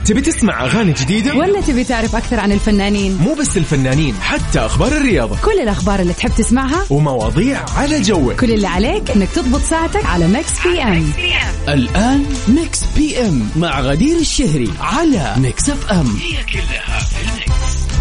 تبي تسمع أغاني جديدة ولا تبي تعرف أكثر عن الفنانين؟ مو بس الفنانين، حتى أخبار الرياضة، كل الأخبار اللي تحب تسمعها ومواضيع على جوك. كل اللي عليك إنك تضبط ساعتك على ميكس بي ام. الآن ميكس بي ام مع غدير الشهري على ميكس اف ام. هي كلها في الميكس.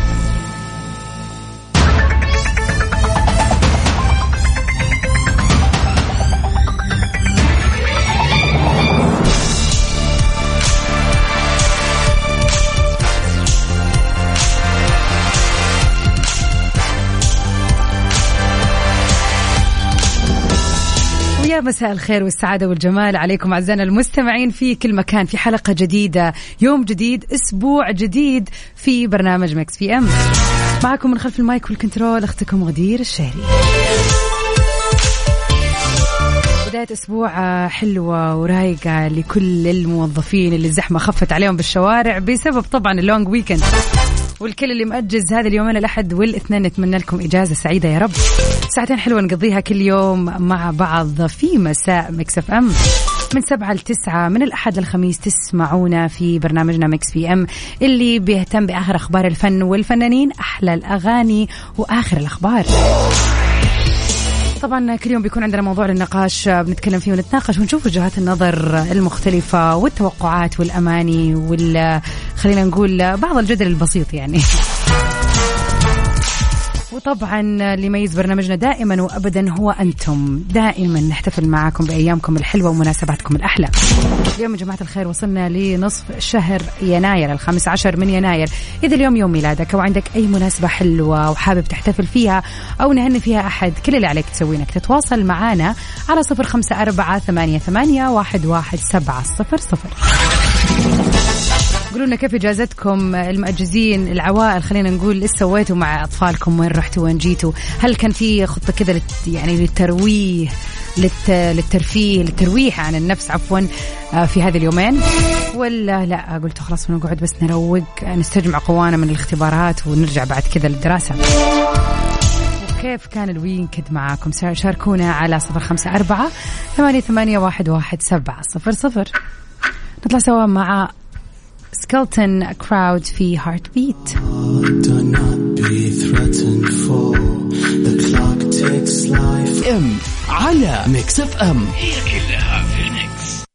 يا مساء الخير والسعادة والجمال عليكم أعزائنا المستمعين في كل مكان، في حلقة جديدة، يوم جديد، أسبوع جديد في برنامج ميكس بي ام. معكم من خلف المايك والكنترول أختكم غدير الشهري. بداية أسبوع حلوة ورايقة لكل الموظفين اللي الزحمة خفت عليهم بالشوارع بسبب طبعا اللونج ويكند، والكل اللي مأجز هذا اليومين الأحد والاثنين نتمنى لكم إجازة سعيدة يا رب. ساعتين حلوة نقضيها كل يوم مع بعض في مساء ميكس اف ام من 7 ل9 من الأحد للخميس. تسمعونا في برنامجنا ميكس بي ام اللي بيهتم بآخر أخبار الفن والفنانين، أحلى الأغاني وآخر الأخبار. طبعا كل يوم بيكون عندنا موضوع للنقاش بنتكلم فيه ونتناقش ونشوف وجهات النظر المختلفة والتوقعات والأماني خلينا نقول بعض الجدل البسيط يعني. وطبعا اللي يميز برنامجنا دائما وأبدا هو أنتم، دائما نحتفل معاكم بأيامكم الحلوة ومناسباتكم الأحلى. اليوم يا جماعة الخير وصلنا لنصف شهر يناير، 15 من يناير. إذا اليوم يوم ميلادك أو عندك أي مناسبة حلوة وحابب تحتفل فيها أو نهني فيها أحد، كل اللي عليك تسويه إنك تتواصل معنا على 0548811700. قولوا لنا كيف إجازتكم، المأجزين، العوائل، خلينا نقول إيش سويتوا مع أطفالكم، وين رحتوا وين جيتوا، هل كان في خطة كذا يعني للترويه للترويح عن النفس عفوا في هذه اليومين، ولا لا قلتوا خلاص نقعد بس نروق نستجمع قوانا من الاختبارات ونرجع بعد كذا للدراسة؟ كيف كان الويكند معاكم؟ شاركونا على 0548811700. نطلع سوا مع سكلتن كراود في هارت بيت. ام على ميكس اف ام، هي كلها في الميكس.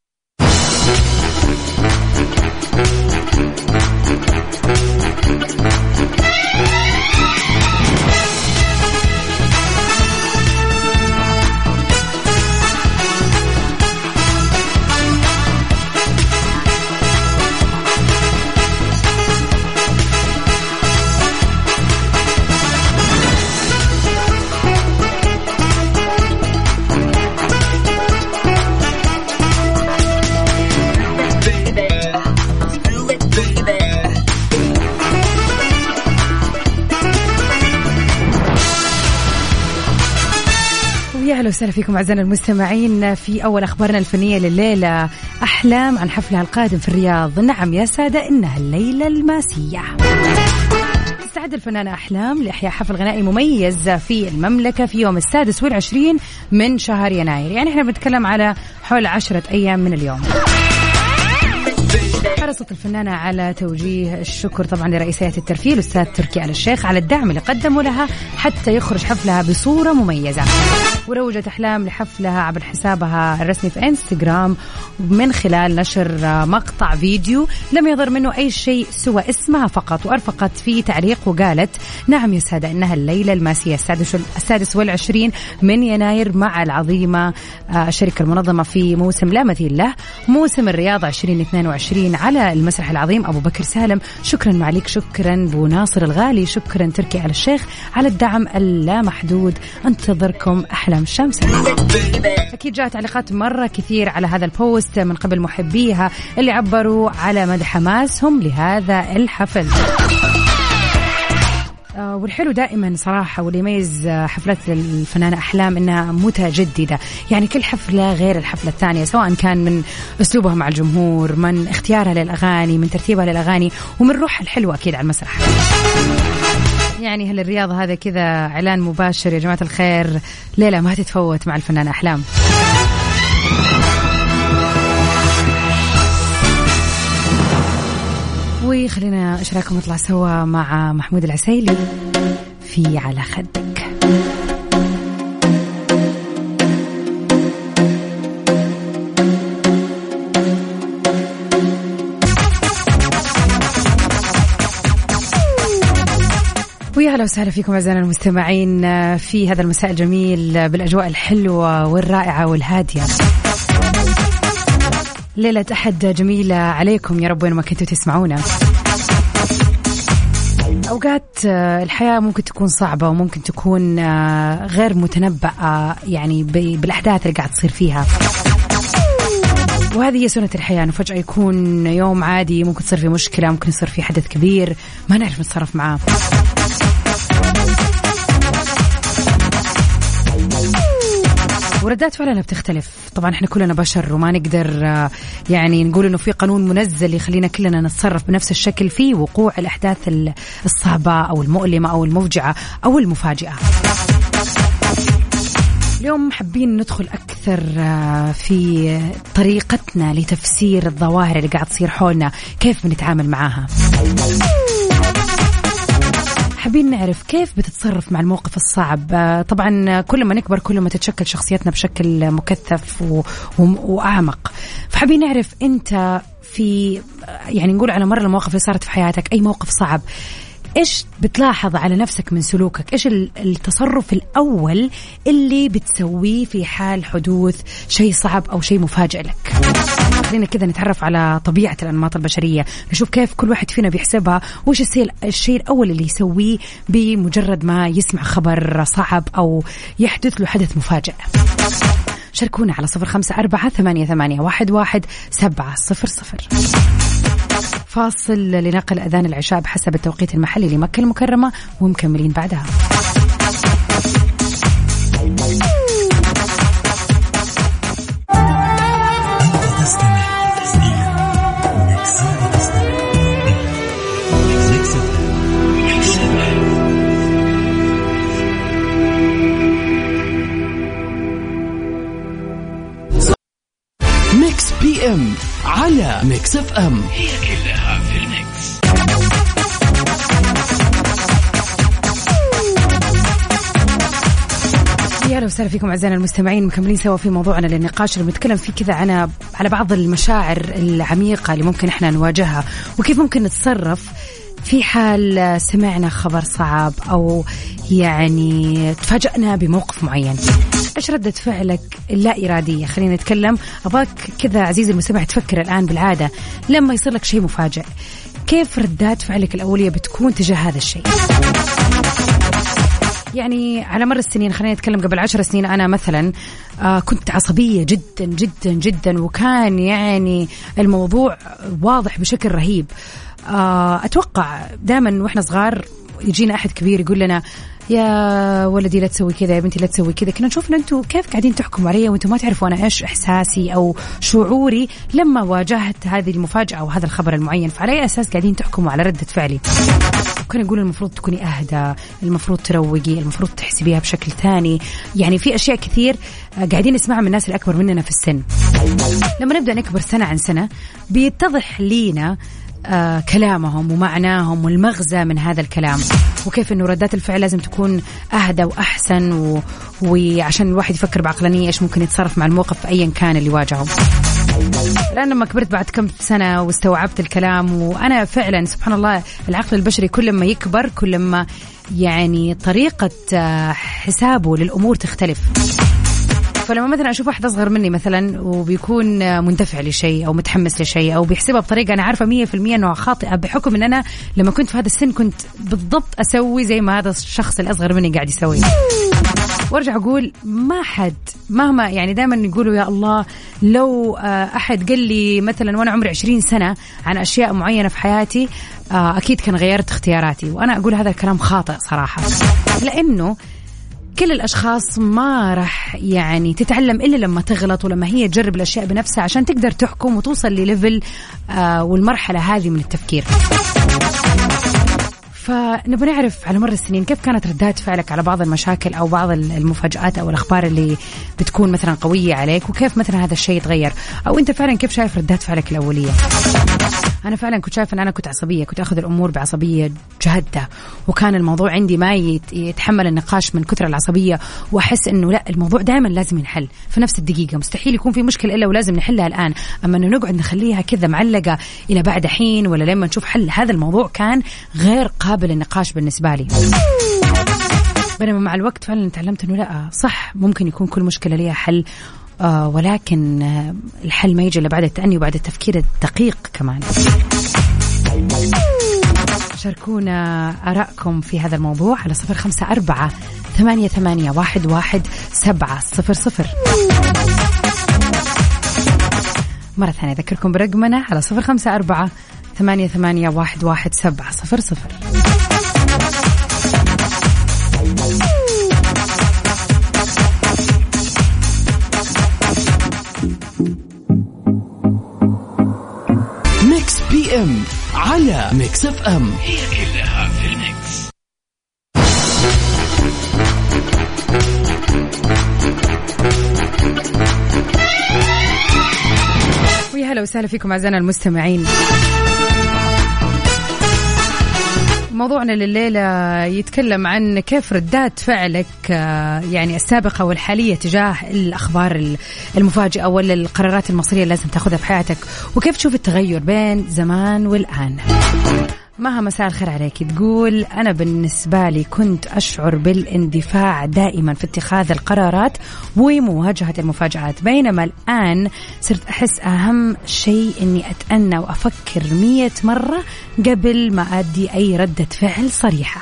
أهلا وسهلا فيكم أعزائنا المستمعين في أول أخبارنا الفنية لليلة. أحلام عن حفلها القادم في الرياض. نعم يا سادة، إنها الليلة الماسية. تستعد الفنانة أحلام لإحياء حفل غنائي مميز في المملكة في يوم 26 من شهر يناير، يعني إحنا بنتكلم على حول 10 أيام من اليوم. حرصت الفنانة على توجيه الشكر طبعا لرئيس هيئة الترفيه الأستاذ تركي آل الشيخ على الدعم اللي قدموا لها حتى يخرج حفلها بصورة مميزة. وروجت أحلام لحفلها عبر حسابها الرسمي في إنستغرام من خلال نشر مقطع فيديو لم يظهر منه أي شيء سوى اسمها فقط، وأرفقت فيه تعليق وقالت: نعم يا سادة، إنها الليلة الماسية 26 من يناير مع العظيمة الشركة المنظمة في موسم لا مثيل له، موسم الرياض 2022 على المسرح العظيم أبو بكر سالم. شكرا معليك، شكرا بو ناصر الغالي، شكرا تركي آل الشيخ على الدعم اللامحدود. انتظركم أحلام الشمس. أكيد جاءت تعليقات مرة كثير على هذا البوست من قبل محبيها اللي عبروا على مدى حماسهم لهذا الحفل. والحلو دائما صراحة واللي يميز حفلات الفنانة أحلام إنها متجددة، يعني كل حفلة غير الحفلة الثانية، سواء كان من أسلوبها مع الجمهور، من اختيارها للأغاني، من ترتيبها للأغاني، ومن روحها الحلوة أكيد على المسرح. يعني هالرياض هذا كذا إعلان مباشر يا جماعة الخير، ليلة ما تتفوت مع الفنانة أحلام. وخلينا اشراكم نطلع سوا مع محمود العسيلي في على خدك. ويا هلا وسهلا فيكم أعزائنا المستمعين في هذا المساء الجميل بالأجواء الحلوة والرائعة والهادية. ليلة أحد جميلة عليكم يا رب وين ما كنتوا تسمعونا. أوقات الحياة ممكن تكون صعبة وممكن تكون غير متنبأة يعني بالأحداث اللي قاعد تصير فيها، وهذه هي سنة الحياة. إنه فجأة يكون يوم عادي ممكن تصير فيه مشكلة، ممكن يصير فيه حدث كبير ما نعرف نتصرف معاه. وردات فعلنا بتختلف. طبعا احنا كلنا بشر وما نقدر يعني نقول انه في قانون منزل يخلينا كلنا نتصرف بنفس الشكل في وقوع الاحداث الصعبة او المؤلمة او المفجعة او المفاجئة. اليوم حابين ندخل أكثر في طريقتنا لتفسير الظواهر اللي قاعد تصير حولنا، كيف بنتعامل معاها. حابين نعرف كيف بتتصرف مع الموقف الصعب. طبعا كل ما نكبر كل ما تتشكل شخصيتنا بشكل مكثف وأعمق. فحابين نعرف أنت في يعني نقول على مر المواقف اللي صارت في حياتك، أي موقف صعب إيش بتلاحظ على نفسك من سلوكك؟ إيش التصرف الأول اللي بتسويه في حال حدوث شيء صعب أو شيء مفاجئ لك؟ خلينا كذا نتعرف على طبيعة الأنماط البشرية، نشوف كيف كل واحد فينا بيحسبها، وإيش الشيء الأول اللي يسويه بمجرد ما يسمع خبر صعب أو يحدث له حدث مفاجئ. شاركونا على 0548811700. فاصل لنقل أذان العشاء بحسب التوقيت المحلي لمكة المكرمة ومكملين بعدها. ميكس بي ام على ميكس اف ام، هي كلها في الميكس. يا لو سهلا فيكم أعزائنا المستمعين، مكملين سوا في موضوعنا للنقاش اللي بنتكلم فيه كذا على بعض المشاعر العميقة اللي ممكن احنا نواجهها، وكيف ممكن نتصرف في حال سمعنا خبر صعب أو يعني تفاجأنا بموقف معين. إيش ردة فعلك اللا إرادية؟ خلينا نتكلم. أباك كذا عزيزي المستمع تفكر الآن بالعادة لما يصير لك شيء مفاجئ، كيف ردات فعلك الأولية بتكون تجاه هذا الشيء؟ يعني على مر السنين، خلينا نتكلم قبل 10 سنين أنا مثلا كنت عصبية جدا جدا جدا، وكان يعني الموضوع واضح بشكل رهيب. أتوقع دائما وإحنا صغار يجينا أحد كبير يقول لنا يا ولدي لا تسوي كذا، يا بنتي لا تسوي كذا. كنا نشوف ان انتم كيف قاعدين تحكموا علي وانتم ما تعرفوا انا ايش احساسي او شعوري لما واجهت هذه المفاجأة او هذا الخبر المعين، فعلى اي اساس قاعدين تحكموا على ردة فعلي؟ كنا نقول المفروض تكوني اهدى، المفروض تروقي، المفروض تحسبيها بشكل ثاني. يعني في اشياء كثير قاعدين نسمعها من الناس اللي اكبر مننا في السن. لما نبدأ نكبر سنة عن سنة بيتضح لينا كلامهم ومعناهم والمغزى من هذا الكلام، وكيف انه ردات الفعل لازم تكون اهدى واحسن وعشان الواحد يفكر بعقلانية ايش ممكن يتصرف مع الموقف ايا كان اللي واجهه. لأن لما كبرت بعد كم سنة واستوعبت الكلام، وأنا فعلا سبحان الله العقل البشري كل ما يكبر كل ما يعني طريقة حسابه للأمور تختلف. فلما مثلا أشوف واحد أصغر مني مثلا وبيكون مندفع لشيء أو متحمس لشيء أو بيحسبها بطريقة أنا عارفة 100% أنه خاطئة، بحكم أن أنا لما كنت في هذا السن كنت بالضبط أسوي زي ما هذا الشخص الأصغر مني قاعد يسوي. وارجع أقول ما حد مهما يعني دائما يقولوا يا الله لو أحد قال لي مثلا وأنا عمري 20 سنة عن أشياء معينة في حياتي أكيد كان غيرت اختياراتي. وأنا أقول هذا الكلام خاطئ صراحة، لأنه كل الأشخاص ما رح يعني تتعلم إلا لما تغلط ولما هي تجرب الأشياء بنفسها عشان تقدر تحكم وتوصل لليفل والمرحلة هذه من التفكير. فنبغى نعرف على مر السنين كيف كانت ردات فعلك على بعض المشاكل أو بعض المفاجآت أو الأخبار اللي بتكون مثلا قوية عليك، وكيف مثلا هذا الشيء يتغير، أو أنت فعلا كيف شايف ردات فعلك الأولية. أنا فعلا كنت شايفة أن أنا كنت عصبية، كنت أخذ الأمور بعصبية جادة، وكان الموضوع عندي ما يتحمل النقاش من كثر العصبية، وأحس أنه لا، الموضوع دائما لازم ينحل في نفس الدقيقة، مستحيل يكون في مشكلة إلا ولازم نحلها الآن. أما أنه نقعد نخليها كذا معلقة إلى بعد حين ولا لما نشوف حل، هذا الموضوع كان غير قابل للنقاش بالنسبة لي. بينما مع الوقت فعلا تعلمت أنه لا، صح، ممكن يكون كل مشكلة ليها حل، ولكن الحل ما يجي إلا بعد التأني وبعد التفكير الدقيق كمان. شاركونا آراءكم في هذا الموضوع على 0548811700. مرة ثانية أذكركم برقمنا على 0548811700. ميكس بي ام على ميكس اف ام، هي كلها في الميكس. ويا هلا وسهلا فيكم أعزائنا المستمعين. موضوعنا لليلة يتكلم عن كيف ردات فعلك يعني السابقة والحالية تجاه الأخبار المفاجئة ولا القرارات المصيرية اللي لازم تأخذها في حياتك، وكيف تشوف التغير بين زمان والآن. مها مساء الخير عليك، تقول أنا بالنسبة لي كنت أشعر بالاندفاع دائما في اتخاذ القرارات ومواجهة المفاجآت، بينما الآن صرت أحس أهم شيء أني أتأنى وأفكر 100 مرة قبل ما أدي أي ردة فعل صريحة.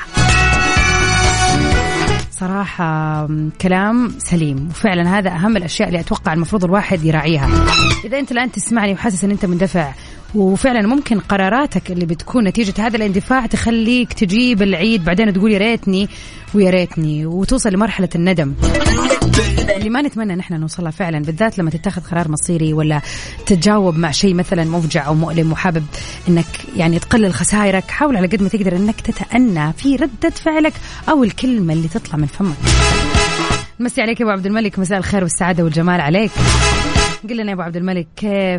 صراحة كلام سليم، وفعلا هذا أهم الأشياء اللي أتوقع المفروض الواحد يراعيها. إذا أنت الآن تسمعني وحاسس أن أنت مندفع، وفعلا ممكن قراراتك اللي بتكون نتيجة هذا الاندفاع تخليك تجيب العيد بعدين تقول يا ريتني ويا ريتني، وتوصل لمرحلة الندم اللي ما نتمنى نحن نوصلها فعلا، بالذات لما تتخذ قرار مصيري ولا تتجاوب مع شيء مثلا مفجع أو مؤلم وحابب أنك يعني تقلل خسائرك. حاول على قد ما تقدر أنك تتأنى في ردة فعلك أو الكلمة اللي تطلع من فمك. مسي عليك يا أبو عبد الملك، مساء الخير والسعادة والجمال عليك. قل لنا يا أبو عبد الملك،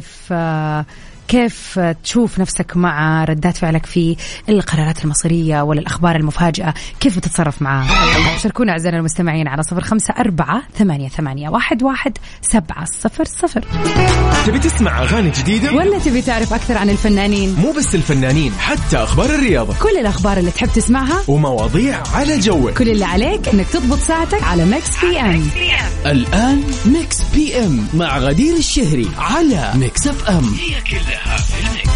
كيف تشوف نفسك مع ردات فعلك في القرارات المصيرية ولا الأخبار المفاجئة؟ كيف بتتصرف معها؟ شاركونا أعزائنا المستمعين على 0548811700. تبي تسمع أغاني جديدة ولا تبي تعرف أكثر عن الفنانين؟ مو بس الفنانين، حتى أخبار الرياضة، كل الأخبار اللي تحب تسمعها ومواضيع على جوك. كل اللي عليك إنك تضبط ساعتك على ميكس بي ام. الآن ميكس بي ام مع غدير الشهري على ميكس اف ام، هي كلها في الميكس.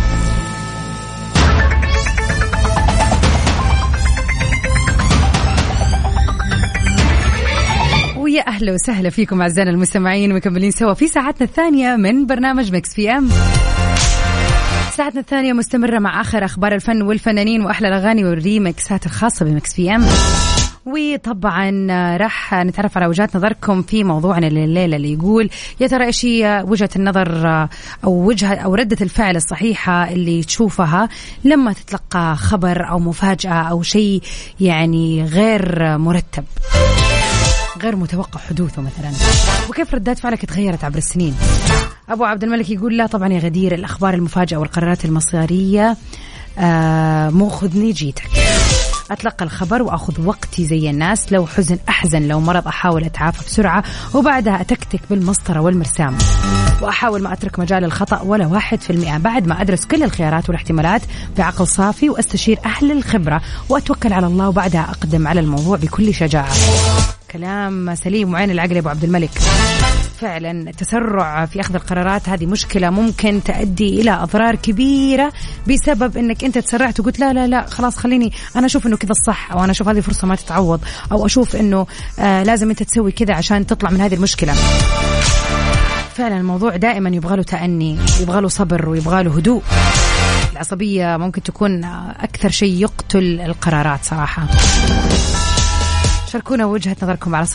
ويا أهلا وسهلا فيكم أعزائنا المستمعين، مكملين سوا في ساعتنا الثانية من برنامج ميكس بي ام. ساعتنا الثانية مستمرة مع آخر أخبار الفن والفنانين وأحلى الأغاني والريمكسات الخاصة بميكس بي ام. وطبعا راح نتعرف على وجهات نظركم في موضوعنا الليلة اللي يقول يا ترى إيش هي وجهة النظر أو وجهة أو ردة الفعل الصحيحة اللي تشوفها لما تتلقى خبر أو مفاجأة أو شيء يعني غير مرتب، غير متوقع حدوثه مثلا، وكيف ردات فعلك تغيرت عبر السنين. أبو عبد الملك يقول لا طبعا يا غدير، الأخبار المفاجئة والقرارات المصيرية مو خذني جيتك، أتلقى الخبر وأخذ وقتي زي الناس، لو حزن أحزن، لو مرض أحاول أتعافى بسرعة، وبعدها أتكتك بالمسطرة والمرسام، وأحاول ما أترك مجال الخطأ ولا 1%، بعد ما أدرس كل الخيارات والاحتمالات بعقل صافي وأستشير أهل الخبرة وأتوكل على الله، وبعدها أقدم على الموضوع بكل شجاعة. كلام سليم وعين العقل يا أبو عبد الملك. فعلا التسرع في أخذ القرارات هذه مشكلة ممكن تؤدي إلى أضرار كبيرة بسبب أنك أنت تسرعت وقلت لا لا لا خلاص خليني أنا أشوف أنه كذا الصح، أو أنا أشوف هذه فرصة ما تتعوض، أو أشوف أنه لازم أنت تسوي كذا عشان تطلع من هذه المشكلة. فعلا الموضوع دائما يبغاله تأني، يبغاله صبر، ويبغاله هدوء. العصبية ممكن تكون أكثر شيء يقتل القرارات صراحة. شاركونا وجهة نظركم على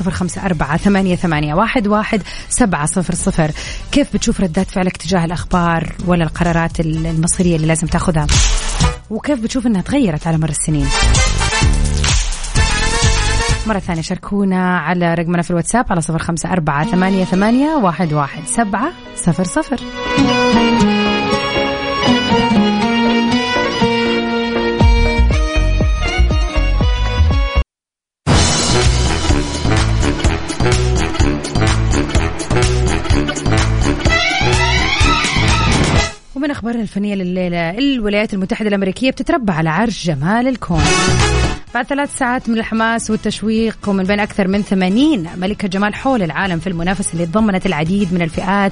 0548811700. كيف بتشوف ردات فعلك تجاه الأخبار ولا القرارات المصيرية اللي لازم تأخذها، وكيف بتشوف أنها تغيرت على مر السنين؟ مرة ثانية شاركونا على رقمنا في الواتساب على 0548811700. ومن أخبارنا الفنية لليلة، الولايات المتحدة الأمريكية بتتربع على عرش جمال الكون بعد 3 ساعات من الحماس والتشويق، ومن بين أكثر من 80 ملكة جمال حول العالم في المنافسة اللي تضمنت العديد من الفئات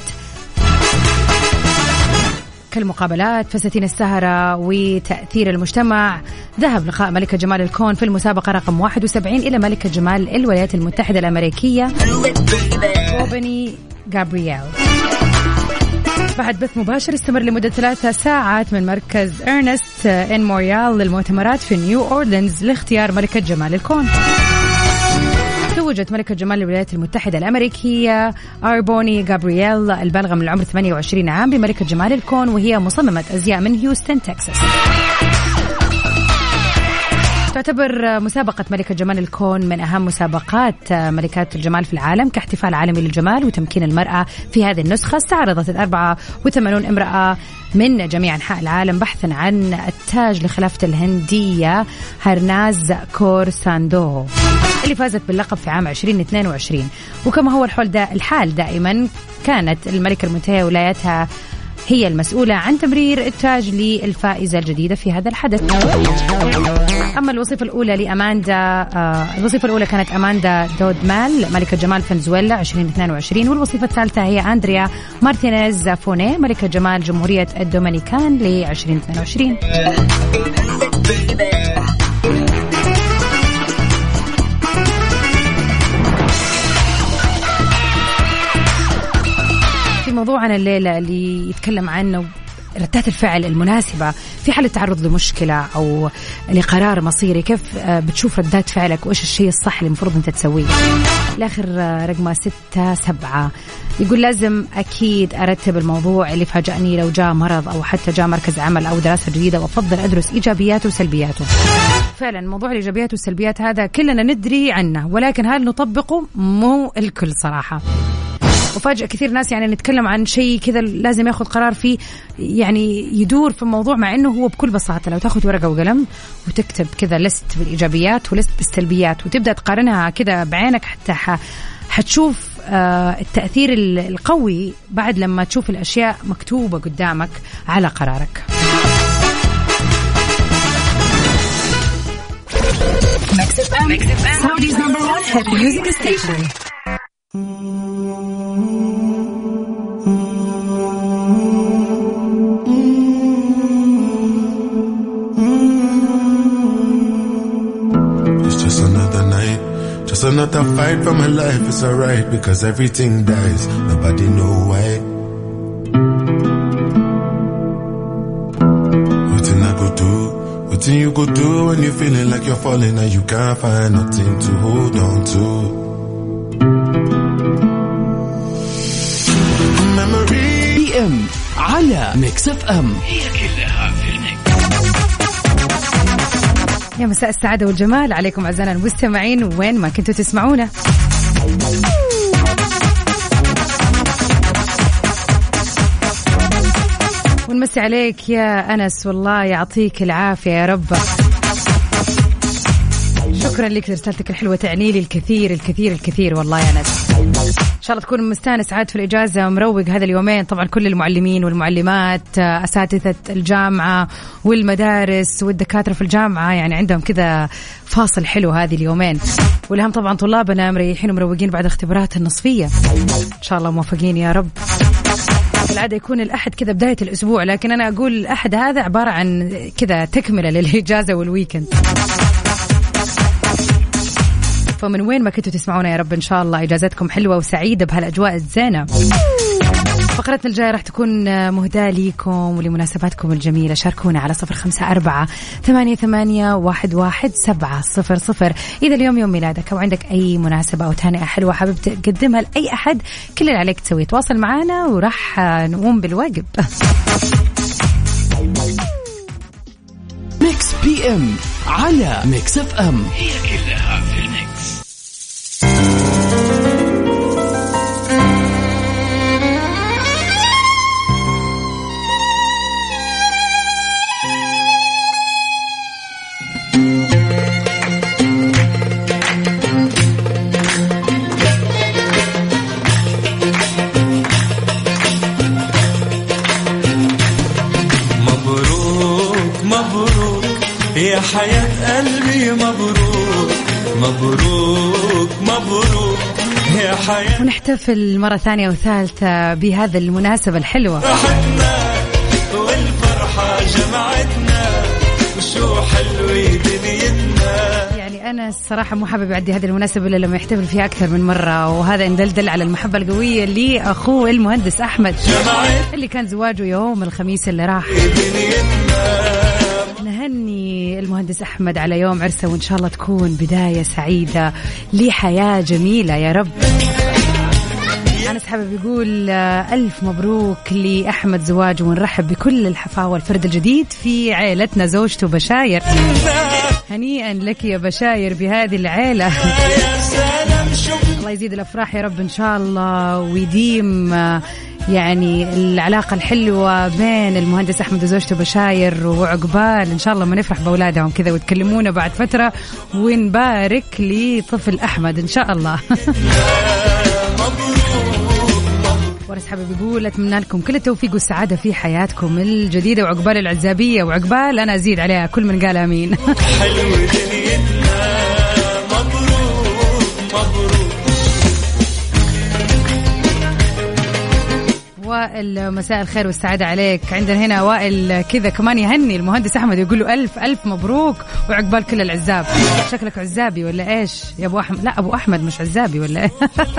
كالمقابلات، فساتين السهرة وتأثير المجتمع. ذهب لقاء ملكة جمال الكون في المسابقة رقم 71 إلى ملكة جمال الولايات المتحدة الأمريكية روبني غابرييل بعد بث مباشر استمر لمدة 3 ساعات من مركز إرنست إن موريال للمؤتمرات في نيو أورلينز لاختيار ملكة جمال الكون. توجت ملكة جمال الولايات المتحدة الأمريكية أربوني غابرييل البالغة من العمر 28 عام بملكة جمال الكون، وهي مصممة أزياء من هيوستن تكساس. تعتبر مسابقة ملكة جمال الكون من أهم مسابقات ملكات الجمال في العالم كاحتفال عالمي للجمال وتمكين المرأة. في هذه النسخة استعرضت 84 امرأة من جميع أنحاء العالم بحثا عن التاج لخلافة الهندية هرناز كور ساندو اللي فازت باللقب في عام 2022. وكما هو الحال دائما كانت الملكة المنتهية ولايتها هي المسؤولة عن تمرير التاج للفائزة الجديدة في هذا الحدث. أما الوظيفة الأولى كانت أماندا دودمال ملكة جمال فنزويلا 2022، والوظيفة الثالثة هي أندريا مارتينيز فوني ملكة جمال جمهورية الدومينيكان ل 2022. موضوعنا الليلة اللي يتكلم عنه ردات الفعل المناسبة في حالة تعرض لمشكلة أو لقرار مصيري، كيف بتشوف ردات فعلك وإيش الشيء الصح اللي المفروض أنت تسويه. الآخر رقم 67 يقول لازم أكيد أرتب الموضوع اللي فاجأني لو جاء مرض أو حتى جاء مركز عمل أو دراسة جديدة، وأفضل أدرس إيجابياته وسلبياته. فعلا موضوع الإيجابيات والسلبيات هذا كلنا ندري عنه، ولكن هل نطبقه؟ مو الكل صراحة. وفاجأ كثير ناس يعني نتكلم عن شيء كذا لازم ياخذ قرار فيه يعني يدور في الموضوع، مع انه هو بكل بساطة لو تاخذ ورقة وقلم وتكتب كذا لست بالإيجابيات ولست بالسلبيات وتبدأ تقارنها كذا بعينك حتى حتشوف التأثير القوي بعد لما تشوف الأشياء مكتوبة قدامك على قرارك. Saudi's number 1 hit music station. It's just another night, just another fight for my life. It's alright because everything dies. Nobody know why. Nothing I could do. Nothing you could do when you're feeling like you're falling and you can't find nothing to hold on to. PM على ميكس اف ام هي كلها في الميكس. يا مساء السعادة والجمال عليكم أعزائنا المستمعين وين ما كنتوا تسمعونا. ونمسي عليك يا أنس، والله يعطيك العافية يا رب. شكرا لك رسالتك الحلوة، تعني لي الكثير الكثير الكثير والله يا أنس. إن شاء الله تكون مستانس عاد في الإجازة مروق هذا اليومين. طبعا كل المعلمين والمعلمات أساتذة الجامعة والمدارس والدكاترة في الجامعة يعني عندهم كذا فاصل حلو هذه اليومين، والهم طبعا طلابنا مريحين ومروقين بعد اختبارات النصفية. إن شاء الله موفقين يا رب. العادة يكون الأحد كذا بداية الأسبوع، لكن أنا أقول الأحد هذا عبارة عن كذا تكملة للإجازة والويكند. فمن وين ما كنتوا تسمعونا يا رب إن شاء الله إجازتكم حلوة وسعيدة بهالأجواء الزينة. فقرتنا الجاية راح تكون مهداة ليكم ولمناسباتكم الجميلة. شاركونا على 0548811700. إذا اليوم يوم ميلادك أو عندك أي مناسبة أو تهنئة حلوة حابب تقدمها لأي أحد، كل اللي عليك تسويه تواصل معنا وراح نقوم بالواجب. ميكس بي ام على ميكس اف ام هي كلها في الميكس. مبروك يا حياة قلبي مبروك مبروك مبروك يا حياة. ونحتفل مرة ثانية وثالثة بهذا المناسبة الحلوة. فرحتنا والفرحة جمعتنا وشو حلوة دنيتنا. يعني أنا الصراحة مو حابب أعدي هذه المناسبة إلا لما يحتفل فيها أكثر من مرة، وهذا يدل على المحبة القوية لأخوه المهندس أحمد اللي كان زواجه يوم الخميس اللي راح. نهني المهندس أحمد على يوم عرسه، وإن شاء الله تكون بداية سعيدة لحياة جميلة يا رب. أنا حابب يقول ألف مبروك لأحمد زواجه، ونرحب بكل الحفاوة الفرد الجديد في عائلتنا زوجته بشاير. هنيئا لك يا بشاير بهذه العائلة. الله يزيد الأفراح يا رب إن شاء الله، ويديم يعني العلاقة الحلوة بين المهندس أحمد وزوجته بشاير، وعقبال إن شاء الله ما نفرح بأولادهم كذا وتكلمونا بعد فترة ونبارك لطفل أحمد إن شاء الله. ورس حابب يقول أتمنى لكم كل التوفيق والسعادة في حياتكم الجديدة، وعقبال العزابية، وعقبال أنا أزيد عليها كل من قال آمين. وائل مساء الخير والسعادة عليك. عندنا هنا وائل كذا كمان يهني المهندس أحمد، يقول له ألف ألف مبروك وعقبال كل العزاب. شكلك عزابي ولا إيش يا أبو أحمد؟ لا أبو أحمد مش عزابي ولا إيه؟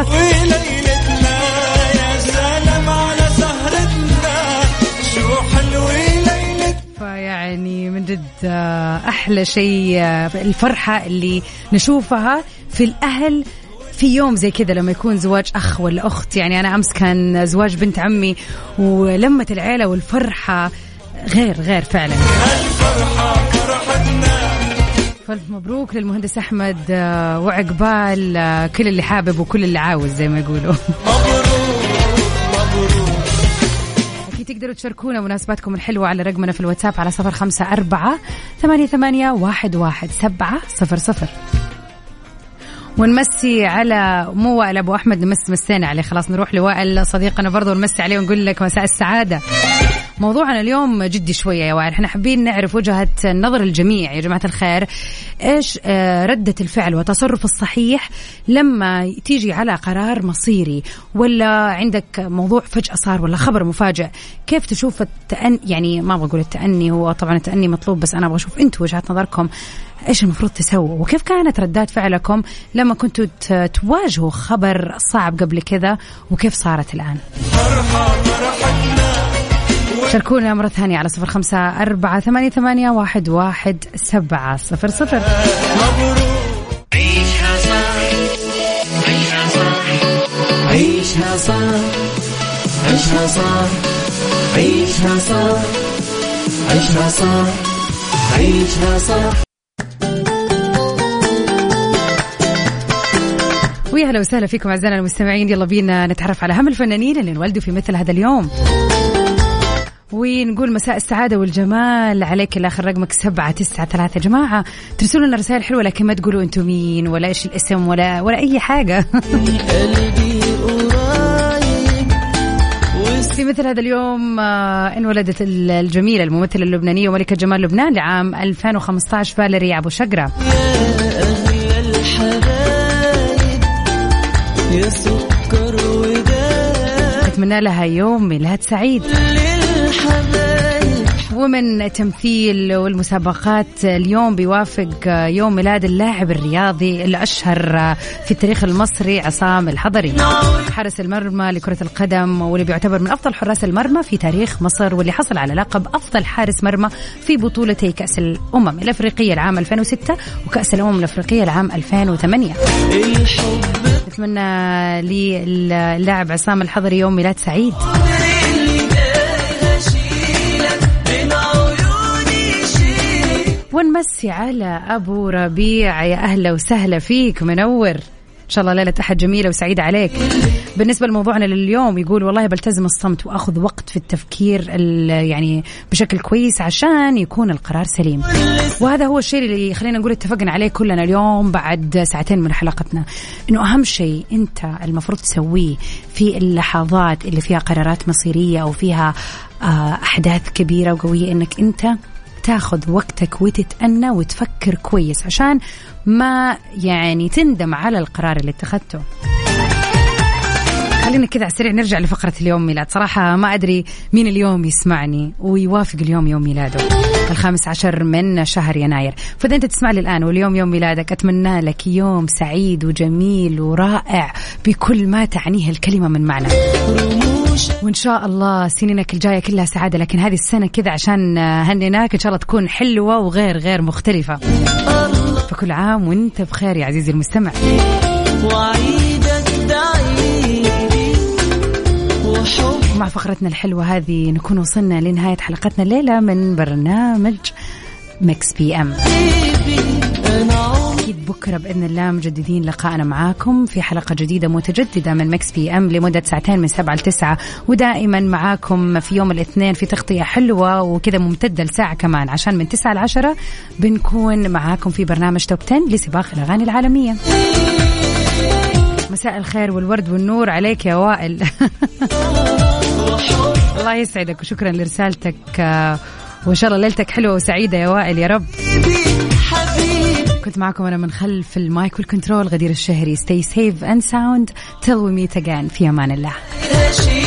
فيعني من جد أحلى شيء الفرحة اللي نشوفها في الأهل في يوم زي كذا لما يكون زواج أخ ولا أخت. يعني أنا أمس كان زواج بنت عمي، ولمة العيلة والفرحة غير فعلا. فالف مبروك للمهندس أحمد، وعقبال كل اللي حابب وكل اللي عاوز زي ما يقولوا. أكيد تقدروا تشاركونا مناسباتكم الحلوة على رقمنا في الواتساب على 0548811700. ونمسي على مو وائل أبو أحمد، مسينا عليه خلاص. نروح لوائل صديقنا برضو ونمسي عليه ونقول لك مساء السعادة. موضوعنا اليوم جدي شوية يا وائل، احنا حابين نعرف وجهة نظر الجميع يا جماعة الخير. ايش ردة الفعل والتصرف الصحيح لما تيجي على قرار مصيري، ولا عندك موضوع فجأة صار ولا خبر مفاجئ؟ كيف تشوف يعني ما بقول التأني، هو طبعا التأني مطلوب، بس أنا أبغى أشوف أنتوا وجهة نظركم إيش المفروض تسووا، وكيف كانت ردات فعلكم لما كنتوا تواجهوا خبر صعب قبل كذا، وكيف صارت الآن؟ شاركونا مرة ثانية على 0548811700. عيشها صح عيشها صح عيشها صح عيشها صح عيشها صح عيشها صح عيشها صح. ويا هلا وسهلا فيكم أعزائنا المستمعين. يلا بينا نتعرف على أهم الفنانين اللي انولدوا في مثل هذا اليوم، ونقول مساء السعادة والجمال عليك. الآخر رقمك 793. يا جماعة ترسلوا لنا رسائل حلوة، لكن ما تقولوا أنتم مين ولا إيش الاسم ولا أي حاجة. في مثل هذا اليوم انولدت الجميلة الممثلة اللبنانية وملكة جمال لبنان لعام 2015 فاليري أبو شقرة. أتمنى لها يوم ميلاد سعيد. ومن تمثيل والمسابقات اليوم بيوافق يوم ميلاد اللاعب الرياضي الأشهر في التاريخ المصري عصام الحضري، حارس المرمى لكرة القدم، واللي بيعتبر من أفضل حراس المرمى في تاريخ مصر، واللي حصل على لقب أفضل حارس مرمى في بطولتي كأس الأمم الأفريقية العام 2006 وكأس الأمم الأفريقية العام 2008. نتمنى للاعب عصام الحضري يوم ميلاد سعيد. ونمسي على أبو ربيع، يا أهلا وسهلا فيك، منور إن شاء الله ليلة أحد جميلة وسعيدة عليك. بالنسبة لموضوعنا لليوم يقول والله بلتزم الصمت وأخذ وقت في التفكير يعني بشكل كويس عشان يكون القرار سليم، وهذا هو الشيء اللي خلينا نقول اتفقنا عليه كلنا اليوم بعد ساعتين من حلقتنا، إنه أهم شيء أنت المفروض تسويه في اللحظات اللي فيها قرارات مصيرية أو فيها أحداث كبيرة وقوية، إنك أنت تاخذ وقتك وتتأنى وتفكر كويس عشان ما يعني تندم على القرار اللي اتخذته. خلينا كذا على السريع نرجع لفقرة اليوم ميلاد. صراحة ما أدري مين اليوم يسمعني ويوافق اليوم يوم ميلاده 15 من شهر يناير، فإذا أنت تسمع لي الآن واليوم يوم ميلادك أتمنى لك يوم سعيد وجميل ورائع بكل ما تعنيه الكلمة من معنى، وإن شاء الله سنينك الجاية كلها سعادة، لكن هذه السنة كذا عشان هنناك إن شاء الله تكون حلوة وغير مختلفة. فكل عام وإنت بخير يا عزيزي المستمع. مع فقرتنا الحلوة هذه نكون وصلنا لنهاية حلقتنا الليلة من برنامج ميكس بي ام. أكيد بكرة بإذن الله مجددين لقاءنا معاكم في حلقة جديدة متجددة من ميكس بي ام لمدة ساعتين من 7 ل 9، ودائما معاكم في يوم الاثنين في تغطية حلوة وكذا ممتدة لساعة كمان، عشان من 9 ل 10 بنكون معاكم في برنامج توب 10 لسباق الأغاني العالمية. مساء الخير والورد والنور عليك يا وائل. الله يسعدك وشكرا لرسالتك، وإن شاء الله ليلتك حلوة وسعيدة يا وائل يا رب. كنت معكم أنا من خلف المايك والكنترول غدير الشهري. Stay safe and sound till we meet again. في أمان الله.